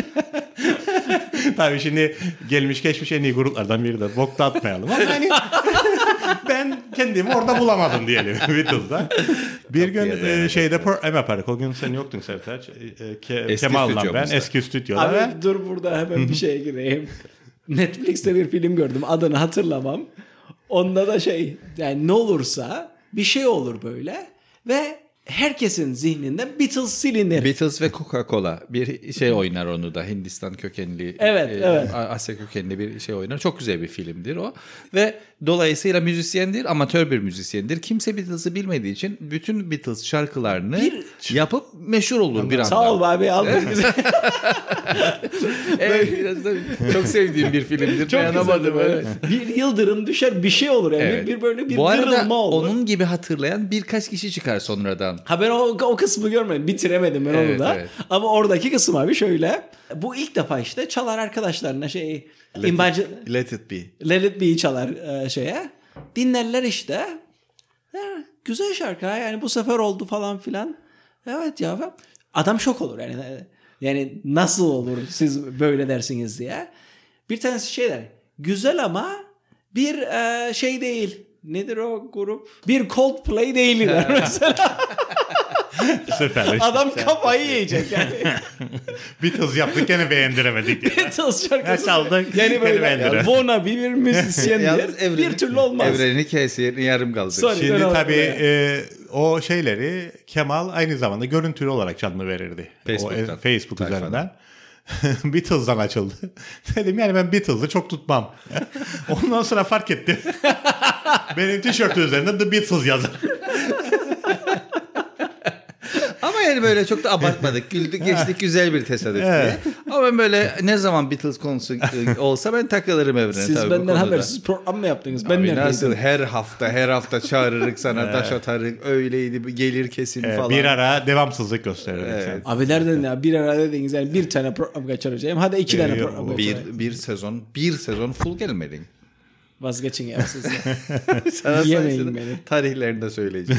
Tabii şimdi gelmiş geçmiş en iyi gruplardan biri de bok da atmayalım ama hani ben kendimi orada bulamadım diyelim Beatles'da. Bir gün e, şeyde program yapardık. O gün sen yoktun Sertaç. E, Ke- Eski Kemal'la ben stüdyomuzda. eski stüdyoda Abi ve dur burada hemen bir şeye gireyim. Netflix'te bir film gördüm. Adını hatırlamam. Onda da şey, yani ne olursa bir şey olur böyle ve herkesin zihninde Beatles silinir. Beatles ve Coca-Cola bir şey oynar onu da. Hindistan kökenli, Evet, evet. Asya kökenli bir şey oynar. Çok güzel bir filmdir o. Ve dolayısıyla müzisyendir, amatör bir müzisyendir. Kimse Beatles'ı bilmediği için bütün Beatles şarkılarını Bir- yapıp meşhur olur bir anda. Sağ ol abi, aldın güzel. Evet, biraz da çok sevdiğim bir filmdir. Çok Dayanamadım, güzeldi böyle. Bir yıldırım düşer, bir şey olur yani. Evet. Bir böyle bir Bu arada kırılma olur. onun gibi hatırlayan birkaç kişi çıkar sonradan. Ha ben o, o kısmı görmedim. Bitiremedim ben Evet, onu da. evet. Ama oradaki kısım abi şöyle. Bu ilk defa işte çalar arkadaşlarına şey imbacı Let it be. Let It Be'yi çalar e, şeye. Dinlerler işte. Ha, güzel şarkı ha, yani bu sefer oldu falan filan. Evet ya. Adam şok olur yani. Yani nasıl olur siz böyle dersiniz diye. Bir tanesi şey der. Güzel ama bir e, şey değil. Nedir o grup? Bir Coldplay değil der mesela. süper. Adam kafayı yiyecek yani. Beatles yaptık gene beğendiremedik diye. Beatles şarkısı. Ya çaldık, Yani gene böyle beğendiremedik. wannabe bir müzisyendir. Yalnız evrenin- bir türlü olmaz. Evrenin hikayesi yarım kaldı. Sorry. Şimdi Ben tabii oraya- e, o şeyleri Kemal aynı zamanda görüntülü olarak canlı verirdi. Facebook'tan, O, e, Facebook sayfadan. üzerinden. Beatles'dan açıldı. Dedim yani ben Beatles'ı çok tutmam. Ondan sonra fark ettim. Benim tişörtü üzerinde The Beatles yazar. Ama yani böyle çok da abartmadık. Güldük geçtik, güzel bir tesadüf diye. Ama ben böyle ne zaman Beatles konusu olsa ben takılırım evrene. Siz tabii benden habersiz program mı yaptınız? Ben Abi neredeydim? nasıl her hafta her hafta çağırırık sana taş atarık öyleydi gelir kesin Ee, falan. bir ara devamsızlık gösterirdik. Evet. Abi nereden ya? Bir ara dediniz yani bir tane program kaçıracağım. Hadi iki tane Ee, program kaçıracağım. bir, bir sezon bir sezon full gelmedin. Vazgeçin ya siz. Sana Yemeyin sayısını beni. tarihlerini de söyleyeceğim.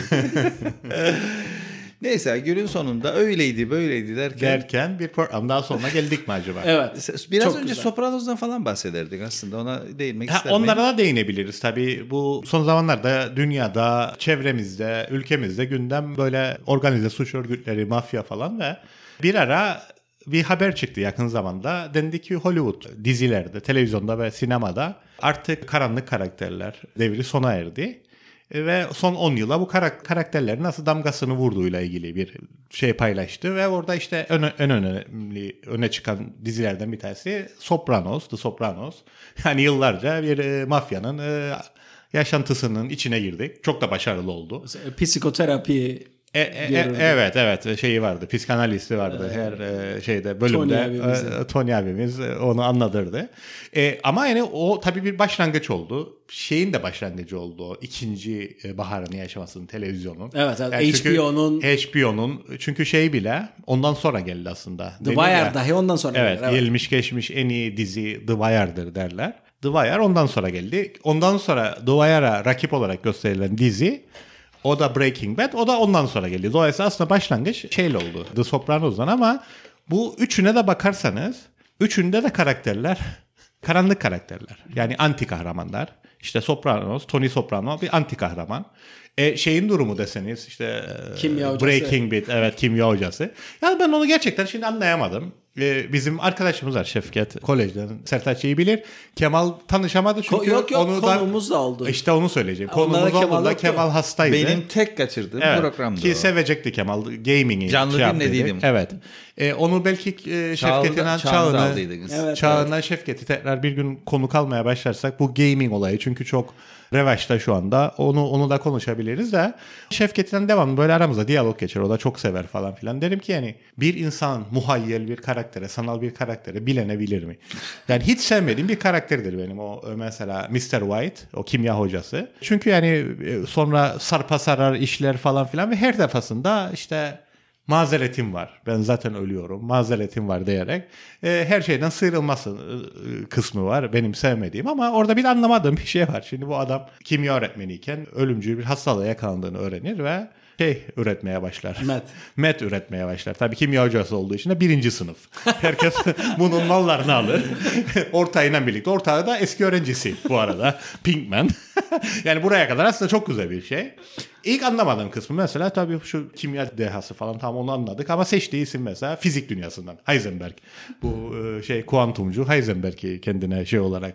Neyse günün sonunda öyleydi böyleydi derken. Derken bir program daha sonuna geldik mi acaba? Evet. Biraz Çok önce güzel. Sopranos'dan falan bahsederdik aslında ona değinmek Ha, ister miyim? onlara da değinebiliriz tabii. Bu son zamanlarda dünyada, çevremizde, ülkemizde gündem böyle organize suç örgütleri, mafya falan ve bir ara bir haber çıktı yakın zamanda. Dendi ki Hollywood dizilerde, televizyonda ve sinemada artık karanlık karakterler devri sona erdi. Ve son on yıla bu karakterlerin nasıl damgasını vurduğuyla ilgili bir şey paylaştı. Ve orada işte en, en önemli öne çıkan dizilerden bir tanesi Sopranos, The Sopranos. Yani yıllarca bir e, mafyanın e, yaşantısının içine girdik. Çok da başarılı oldu. Psikoterapi E, e, e, evet evet şeyi vardı, psikanalisti vardı her e, şeyde bölümde Tony abimiz, e, Tony abimiz onu anlatırdı. E, ama yani o tabii bir başlangıç oldu. Şeyin de başlangıcı oldu o ikinci e, baharını yaşamasının televizyonun. Evet, evet. Yani H B O'nun H B O'nun çünkü şey bile ondan sonra geldi aslında. The Denir Wire ya, dahi ondan sonra evet, gelir, evet. gelmiş geçmiş en iyi dizi The Wire'dır derler. The Wire ondan sonra geldi. Ondan sonra The Wire'a rakip olarak gösterilen dizi o da Breaking Bad, o da ondan sonra geldi. Dolayısıyla aslında başlangıç şeyle oldu. The Sopranos'dan ama bu üçüne de bakarsanız, üçünde de karakterler karanlık karakterler. Yani anti kahramanlar. İşte Sopranos, Tony Soprano bir anti kahraman. E, şeyin durumu deseniz işte Kimya hocası. Breaking Bad, evet kimya hocası. Yani ben onu gerçekten şimdi anlayamadım. E, bizim arkadaşımız var Şevket, kolejden Sertaç'ı bilir. Kemal tanışamadı çünkü Ko- yok yok onu da, konuğumuz da oldu. İşte onu söyleyeceğim. Onlara Konumuz Kemal olduğunda yoktu. Kemal hastaydı. Benim tek kaçırdığım Evet. programdı Ki o. sevecekti Kemal. Gaming'i. Canlı şey yaptıydı. dinlediydim. Evet. E, onu belki e, Şevket'in Çağında- çağında çağını, aldıydınız. Evet, çağından Şevket'i tekrar bir gün konuk almaya başlarsak bu gaming olayı çünkü çok revaçta şu anda. Onu onu da konuşabiliriz de Şevket'ten devamlı böyle aramızda diyalog geçer. O da çok sever falan filan. Derim ki yani bir insan muhayyel bir karaktere, sanal bir karaktere bilenebilir mi? Yani hiç sevmediğim bir karakterdir benim o mesela mister White, o kimya hocası. Çünkü yani sonra sarpa sarar işler falan filan ve her defasında işte mazeretim var. Ben zaten ölüyorum. Mazeretim var diyerek e, her şeyden sıyrılması e, kısmı var. Benim sevmediğim ama orada bir anlamadığım bir şey var. Şimdi bu adam kimya öğretmeniyken ölümcül bir hastalığa yakalandığını öğrenir ve şey üretmeye başlar. Met. Met üretmeye başlar. Tabii kimya hocası olduğu için de birinci sınıf. Herkes bunun mallarını alır. Ortağıyla birlikte. Ortağı da eski öğrencisi bu arada. Pinkman. Yani buraya kadar aslında çok güzel bir şey. İlk anlamadığım kısmı mesela tabii şu kimya dehası falan tam onu anladık ama seçtiği isim mesela fizik dünyasından. Heisenberg. Bu şey kuantumcu Heisenberg'i kendine şey olarak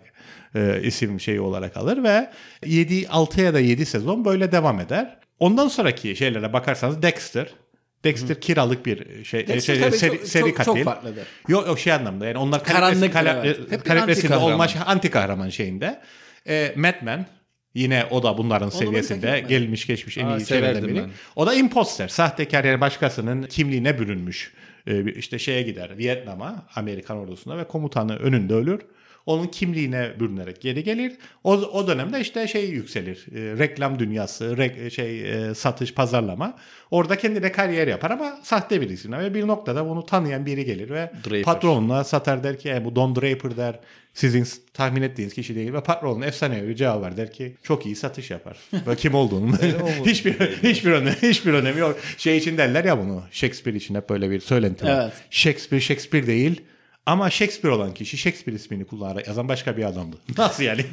isim şeyi olarak alır ve yedi altı ya da yedi sezon böyle devam eder. Ondan sonraki şeylere bakarsanız Dexter. Dexter Hı. kiralık bir şey, Dexter şey tabii seri, çok, seri çok, katil. çok farklıdır. Yok yok şey anlamda yani onlar Karanlık kalibresi, evet. kalibresinde anti olma anti kahraman şeyinde. E, Mad Men yine o da bunların Onu seviyesinde gelmiş geçmiş en Aa, iyi şeylerden biri. Ben. O da imposter. Sahtekar yani başkasının kimliğine bürünmüş. E, işte şeye gider Vietnam'a Amerikan ordusunda ve komutanı önünde ölür. Onun kimliğine bürünerek geri gelir. O, o dönemde işte şey yükselir. E, reklam dünyası, re, şey e, satış, pazarlama. Orada kendine kariyer yapar ama sahte birisine ve bir noktada bunu tanıyan biri gelir ve Draper. Patronuna satar der ki e, bu Don Draper der. Sizin tahmin ettiğiniz kişi değil ve patronun efsanevi bir cevabı var der ki çok iyi satış yapar. Ve kim olduğunu hiçbir hiçbir önemi hiçbir önemi yok. Şey için derler ya bunu. Shakespeare için hep böyle bir söylenti var. Evet. Shakespeare Shakespeare değil. Ama Shakespeare olan kişi Shakespeare ismini kullanarak yazan başka bir adamdı. Nasıl yani?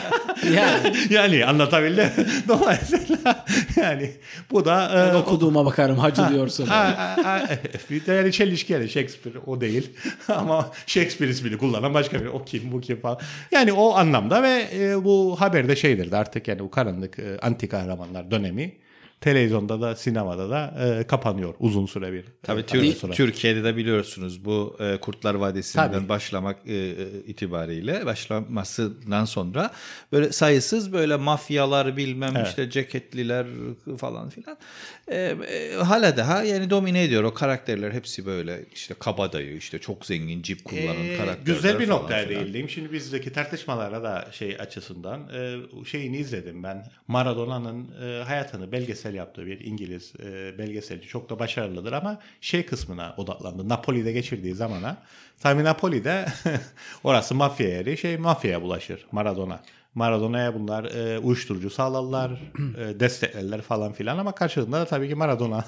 yani. yani anlatabildim. Dolayısıyla yani bu da... Ben e, okuduğuma bakarım hacı diyorsun. Ha, ha, bir de yani çelişki yani Shakespeare o değil. Ama Shakespeare ismini kullanan başka bir o kim bu kim falan. Yani o anlamda ve e, bu haberde şeydir de artık yani bu karanlık e, anti kahramanlar dönemi televizyonda da sinemada da e, kapanıyor uzun süre bir. Tabii e, Tür- süre. Türkiye'de de biliyorsunuz bu e, Kurtlar Vadisi'nden Tabii. başlamak e, itibariyle başlamasından sonra böyle sayısız böyle mafyalar bilmem Evet. işte ceketliler falan filan e, e, hala daha yani domine ediyor o karakterler hepsi böyle işte kabadayı işte çok zengin cip kullanan Ee, karakterler güzel bir falan noktaya filan. değindim. Şimdi bizdeki tartışmalara da şey açısından e, şeyini izledim ben. Maradona'nın e, hayatını belgesel yaptığı bir İngiliz e, belgeselci. Çok da başarılıdır ama şey kısmına odaklandı. Napoli'de geçirdiği zamana. Tabii Napoli'de orası mafya yeri. Şey mafyaya bulaşır Maradona. Maradona'ya bunlar e, uyuşturucu sağlarlar, e, desteklerler falan filan ama karşılığında da tabii ki Maradona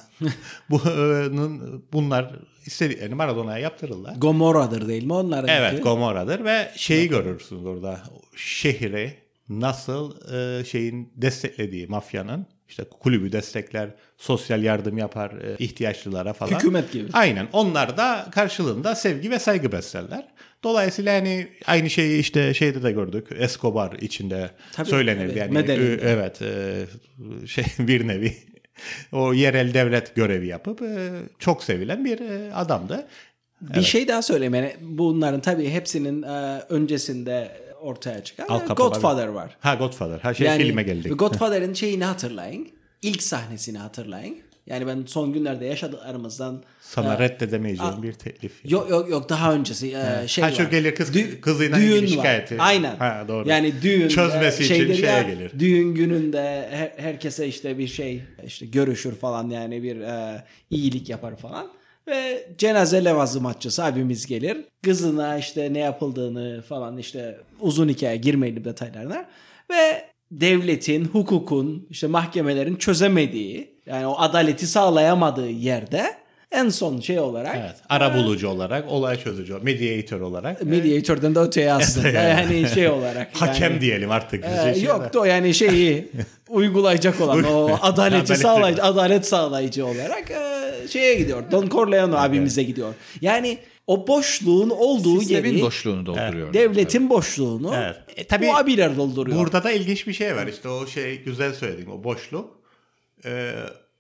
bunun bunlar istediklerini Maradona'ya yaptırırlar. Gomorra'dır değil mi onların? Evet, Gomorra'dır ve şeyi görürsünüz orada. Şehri nasıl e, şeyin desteklediği mafyanın işte kulübü destekler, sosyal yardım yapar e, ihtiyaçlılara falan. Hükümet gibi. Aynen. Onlar da karşılığında sevgi ve saygı beslerler. Dolayısıyla hani aynı şeyi işte şeyde de gördük. Escobar içinde Tabii, söylenirdi tabii. yani. Medelli'de. e, Evet, e, şey bir nevi o yerel devlet görevi yapıp e, çok sevilen bir e, adamdı. Bir şey daha söyleyeyim. Yani bunların tabii hepsinin e, öncesinde ortaya çıkan Al e, Capone Godfather var. Ha Godfather. Ha şey Yani filme geldik. Godfather'ın şeyini hatırlayın. İlk sahnesini hatırlayın. Yani ben son günlerde yaşadıklarımızdan Sana e, reddedemeyeceğim bir teklif. Yok yok yok daha öncesi e, şey Ha, var. şu gelir kız- Dü- kızıyla düğün ilgili var. şikayeti. Aynen. Ha, doğru. Yani düğün Çözmesi e, için şeyleri şeye ya, gelir. Düğün gününde her- herkese işte bir şey işte görüşür falan yani bir e, iyilik yapar falan. Ve cenaze levazımatçısı abimiz gelir. Kızına işte ne yapıldığını falan işte uzun hikaye girmeyelim detaylarına. Ve devletin, hukukun, işte mahkemelerin çözemediği yani o adaleti sağlayamadığı yerde en son şey olarak Evet. Arabulucu olarak, olay çözücü, mediator olarak. mediatörden de öteye aslında yani şey olarak. Hakem yani, diyelim artık. e, Şey- yoktu o yani şeyi uygulayacak olan o adaleti Adaleti. sağlayıcı, adalet sağlayıcı olarak e, şeye gidiyor. Don Corleone abimize gidiyor. Yani o boşluğun olduğu Sistemin yeri boşluğunu dolduruyor. devletin boşluğunu Evet. e, tabii bu abiler dolduruyor. Burada da ilginç bir şey var. İşte o şey güzel söylediğim o boşluk. Ee,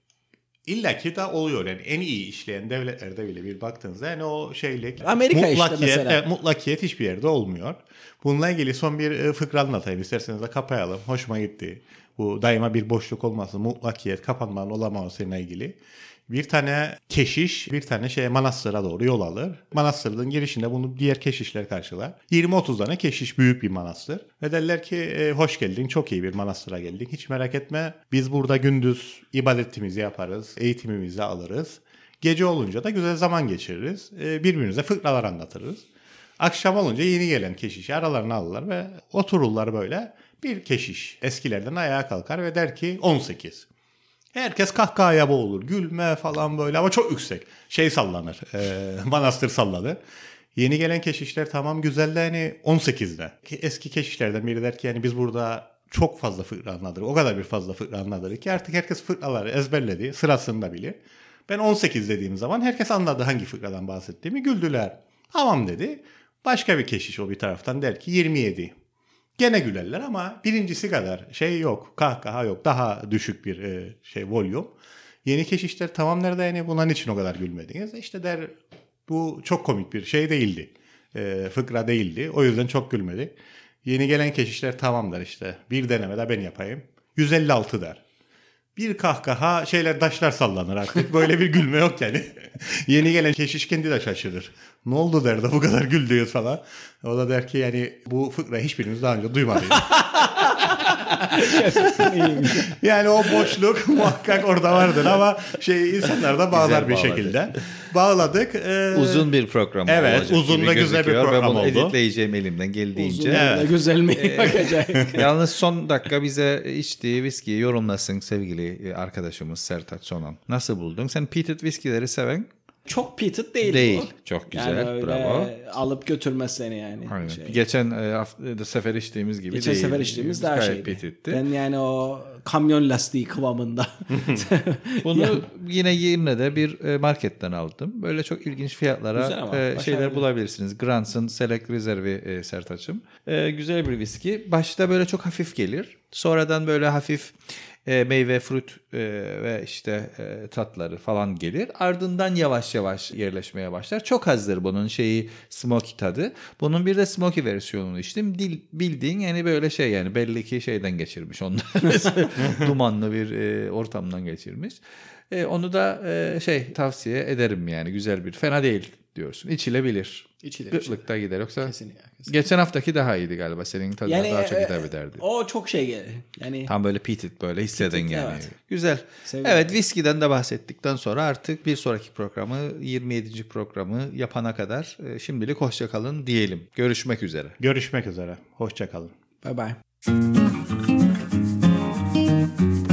İlla ki de oluyor yani en iyi işleyen devletlerde bile bir baktığınızda yani o şeylik Amerika işte mutlakiyet, mesela. evet, mutlakiyet hiçbir yerde olmuyor. Bununla ilgili son bir e, fıkra anlatayım isterseniz de kapayalım. Hoşuma gitti. Bu daima bir boşluk olması, mutlakiyet, kapanmanın olamamasıyla ilgili. Bir tane keşiş bir tane şeye manastıra doğru yol alır. Manastırın girişinde bunu diğer keşişler karşılar. yirmi otuz tane keşiş büyük bir manastır. Ve derler ki e, hoş geldin çok iyi bir manastıra geldik. Hiç merak etme biz burada gündüz ibadetimizi yaparız. Eğitimimizi alırız. Gece olunca da güzel zaman geçiririz. E, birbirimize fıkralar anlatırız. Akşam olunca yeni gelen keşişi aralarına alırlar ve otururlar böyle. Bir keşiş eskilerden ayağa kalkar ve der ki on sekiz. Herkes kahkahaya boğulur. Gülme falan böyle ama çok yüksek. Şey sallanır. E, manastır sallanır. Yeni gelen keşişler tamam güzel de hani on sekizde. Eski keşişlerden biri der ki yani biz burada çok fazla fıkra anlatırız. O kadar bir fazla fıkra anlatırız ki artık herkes fıkraları ezberledi. Sırasını da bilir. Ben on sekiz dediğim zaman herkes anladı hangi fıkradan bahsettiğimi. Güldüler. Tamam dedi. Başka bir keşiş o bir taraftan der ki yirmi yedi. Gene gülerler ama birincisi kadar şey yok. Kahkaha yok. Daha düşük bir e, şey volüm. Yeni keşişler tamam nerede yani bunların için o kadar gülmediniz. İşte der bu çok komik bir şey değildi. E, fıkra değildi. O yüzden çok gülmedi. Yeni gelen keşişler tamam der işte. Bir deneme de ben yapayım. yüz elli altı der. Bir kahkaha şeyler taşlar sallanır artık. Böyle bir gülme yok yani. Yeni gelen keşiş kendi de şaşırır. Ne oldu der de bu kadar güldünüz falan. O da der ki yani bu fıkrayı hiçbiriniz daha önce duymadınız. Yani o boşluk muhakkak orada vardır ama şey insanlar da bağlar Güzel bir bağladı. şekilde. Bağladık. Ee, Uzun bir program Evet, olacak uzun gibi ve güzel bir gözüküyor ve program bunu oldu. editleyeceğim elimden geldiğince. Uzun Evet. ve güzel mi bakacak? Yalnız son dakika bize içtiği viskiyi yorumlasın sevgili arkadaşımız Sertaç Sonan. Nasıl buldun? Sen peated viskileri seven? Çok peated değil, Değil. bu. Çok güzel. Yani öyle Bravo. alıp götürmez seni yani. Aynen. Şey. Geçen e, hafta sefer içtiğimiz gibi Geçen değil. sefer içtiğimiz daha Gayet şeydi. peated'ti. Ben yani o kamyon lastiği kıvamında. Bunu yine yine de bir e, marketten aldım. Böyle çok ilginç fiyatlara Güzel ama, e, başarılı. şeyler bulabilirsiniz. Grants'ın Select Reserve'i e, Sertaç'ım. E, güzel bir viski. Başta böyle çok hafif gelir. Sonradan böyle hafif e, meyve, fruit e, ve işte e, tatları falan gelir. Ardından yavaş yavaş yerleşmeye başlar. Çok azdır bunun şeyi smoky tadı. Bunun bir de smoky versiyonunu içtim. Dil, bildiğin yani böyle şey yani belli ki şeyden geçirmiş onlar. Dumanlı bir e, ortamdan geçirmiş. E, onu da e, şey tavsiye ederim yani güzel bir fena değil diyorsun. İçilebilir. İçilebilir. Gıtlıkta gider yoksa. Kesinlikle, kesinlikle. Geçen haftaki daha iyiydi galiba. Senin tadına Yani daha çok e, hitap ederdi. O çok şey geldi. Yani Tam böyle peated böyle hissedin Peated, yani. evet. Güzel. Seviyorum. Evet viskiden de bahsettikten sonra artık bir sonraki programı yirmi yedinci programı yapana kadar e, şimdilik hoşça kalın diyelim. Görüşmek üzere. Görüşmek üzere. Hoşça kalın. bye bye.